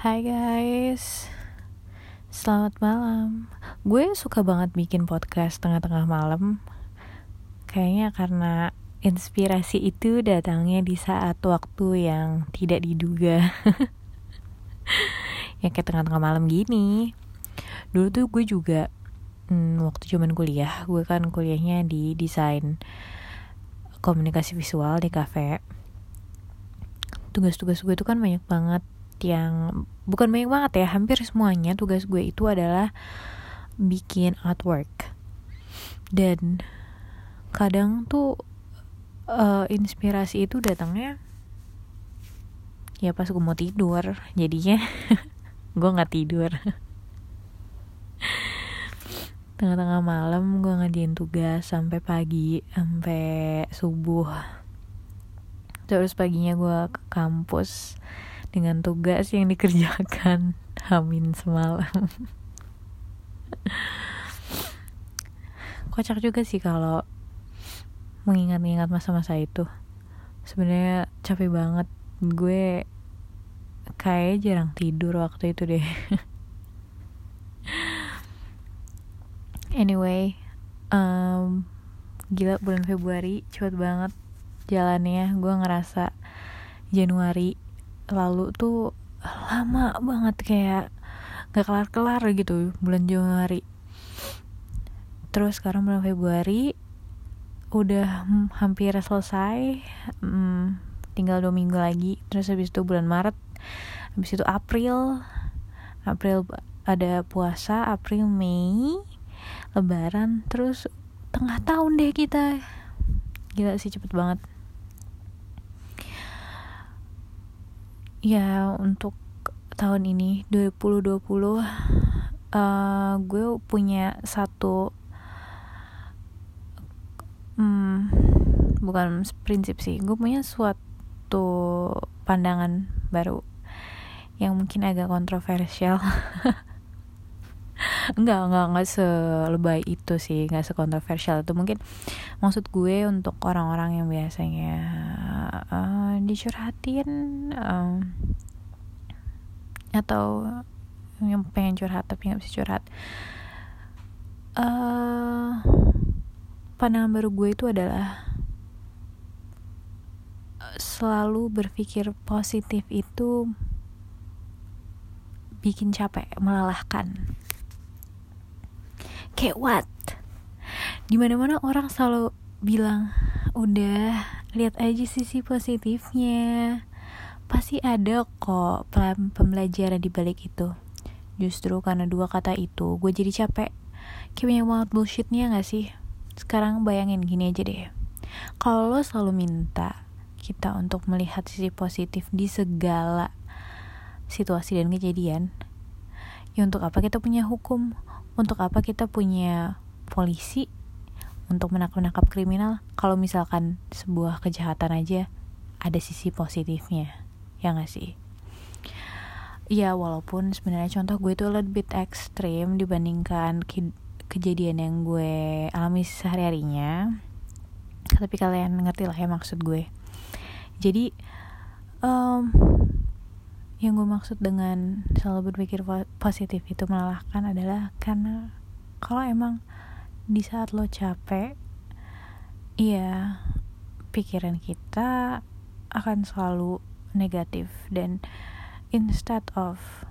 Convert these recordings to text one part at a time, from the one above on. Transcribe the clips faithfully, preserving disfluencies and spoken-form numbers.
Hai guys, selamat malam. Gue suka banget bikin podcast tengah-tengah malam. Kayaknya karena inspirasi itu datangnya di saat waktu yang tidak diduga. Ya kayak tengah-tengah malam gini. Dulu tuh gue juga hmm, waktu zaman kuliah, gue kan kuliahnya di desain komunikasi visual di kafe. Tugas-tugas gue tuh kan banyak banget, yang bukan banyak banget ya, hampir semuanya tugas gue itu adalah bikin artwork. Dan kadang tuh uh, inspirasi itu datangnya ya pas gue mau tidur, jadinya gue nggak tidur. Tengah-tengah malam gue ngerjain tugas sampai pagi, sampai subuh. Terus paginya gue ke kampus dengan tugas yang dikerjakan hamin semalam. Kocak juga sih kalau mengingat-ingat masa-masa itu. Sebenarnya capek banget. Gue kayak jarang tidur waktu itu deh. Anyway, um, gila bulan Februari cepet banget jalannya. Gue ngerasa Januari lalu tuh lama banget, kayak gak kelar-kelar gitu bulan Januari. Terus sekarang bulan Februari udah hmm, hampir selesai, hmm, tinggal dua minggu lagi. Terus habis itu bulan Maret, habis itu April April ada puasa, April, Mei Lebaran, terus tengah tahun deh kita. Gila sih, cepet banget. Ya untuk tahun ini dua ribu dua puluh uh, gue punya satu hmm, bukan prinsip sih, gue punya suatu pandangan baru yang mungkin agak kontroversial. enggak enggak enggak selebay itu sih, enggak sekontroversial itu. Mungkin maksud gue untuk orang-orang yang biasanya uh, dicurhatin, um, atau yang pengen curhat tapi nggak bisa curhat. Uh, pandangan baru gue itu adalah selalu berpikir positif itu bikin capek, melelahkan. Kayak what? Dimana-mana orang selalu bilang, udah lihat aja sisi positifnya, pasti ada kok pembelajaran di balik itu. Justru karena dua kata itu, gue jadi capek. Kayak banyak banget bullshitnya gak sih? Sekarang bayangin gini aja deh, kalau lo selalu minta kita untuk melihat sisi positif di segala situasi dan kejadian, ya untuk apa kita punya hukum? Untuk apa kita punya polisi untuk menangkap kriminal kalau misalkan sebuah kejahatan aja ada sisi positifnya, ya gak sih? Ya walaupun sebenarnya contoh gue itu lebih bit ekstrim dibandingkan ke- kejadian yang gue alami sehari-harinya, tapi kalian ngerti lah ya maksud gue. Jadi um, yang gue maksud dengan selalu berpikir positif itu melelahkan adalah karena kalau emang di saat lo capek, iya, pikiran kita akan selalu negatif. Dan instead of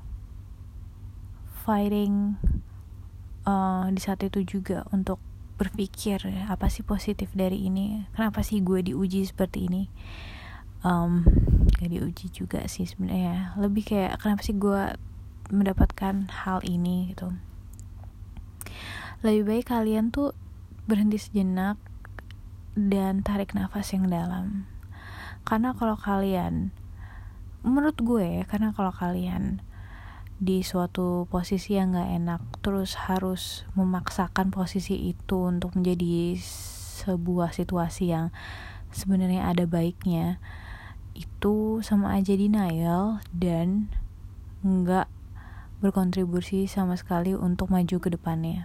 fighting uh, di saat itu juga untuk berpikir apa sih positif dari ini, kenapa sih gue diuji seperti ini, um, gak diuji juga sih sebenarnya, lebih kayak kenapa sih gue mendapatkan hal ini gitu. Lebih baik kalian tuh berhenti sejenak dan tarik nafas yang dalam. Karena kalau kalian, menurut gue, karena kalau kalian di suatu posisi yang gak enak, terus harus memaksakan posisi itu untuk menjadi sebuah situasi yang sebenarnya ada baiknya, itu sama aja denial dan gak berkontribusi sama sekali untuk maju ke depannya.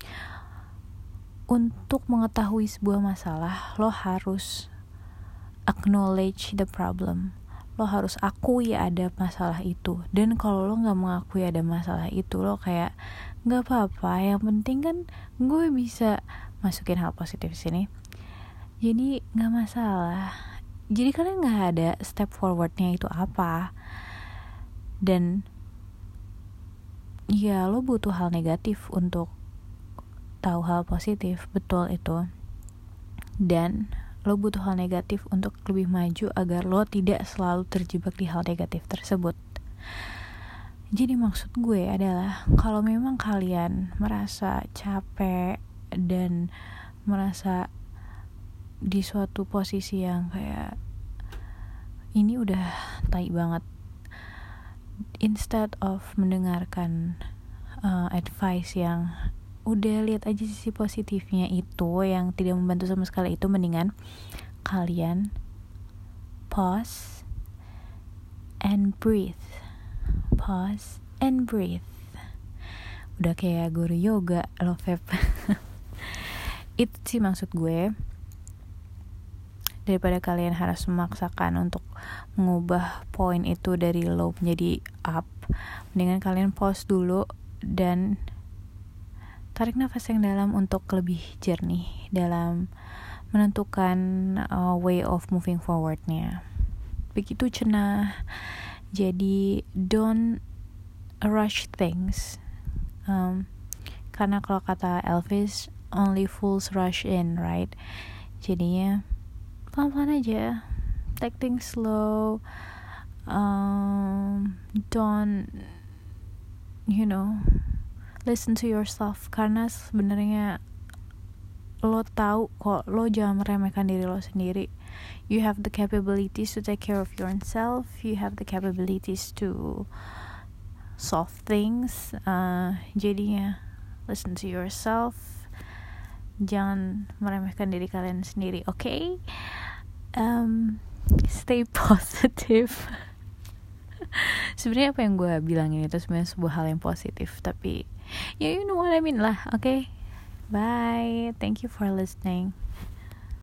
Untuk mengetahui sebuah masalah, lo harus acknowledge the problem. lo harus akui ada masalah itu. Dan kalau lo nggak mengakui ada masalah itu, lo kayak nggak apa-apa, yang penting kan gue bisa masukin hal positif sini, jadi nggak masalah. Jadi kalian nggak ada step forwardnya itu apa. Dan ya lo butuh hal negatif untuk tahu hal positif, betul itu. Dan lo butuh hal negatif untuk lebih maju agar lo tidak selalu terjebak di hal negatif tersebut. Jadi maksud gue adalah kalau memang kalian merasa capek dan merasa di suatu posisi yang kayak ini udah tai banget, instead of mendengarkan uh, advice yang udah lihat aja sisi positifnya itu yang tidak membantu sama sekali, itu mendingan kalian pause and breathe, pause and breathe. Udah kayak guru yoga lo, Feb. Itu sih maksud gue. Daripada kalian harus memaksakan untuk mengubah poin itu dari low menjadi up, mendingan kalian pause dulu dan tarik nafas yang dalam untuk lebih jernih dalam menentukan uh, way of moving forwardnya. Begitu cenah. Jadi don't rush things. Um, karena kalau kata Elvis, only fools rush in, right? Jadinya pelan-pelan aja, take things slow, um, don't, you know, listen to yourself, karena sebenarnya lo tahu kok, lo jangan meremehkan diri lo sendiri. You have the capabilities to take care of yourself, you have the capabilities to solve things, uh, jadinya listen to yourself, jangan meremehkan diri kalian sendiri, oke? Okay? Um, stay positive. Sebenarnya apa yang gue bilangin itu sebenarnya sebuah hal yang positif, tapi ya you know what I mean lah, oke? Okay? Bye, thank you for listening.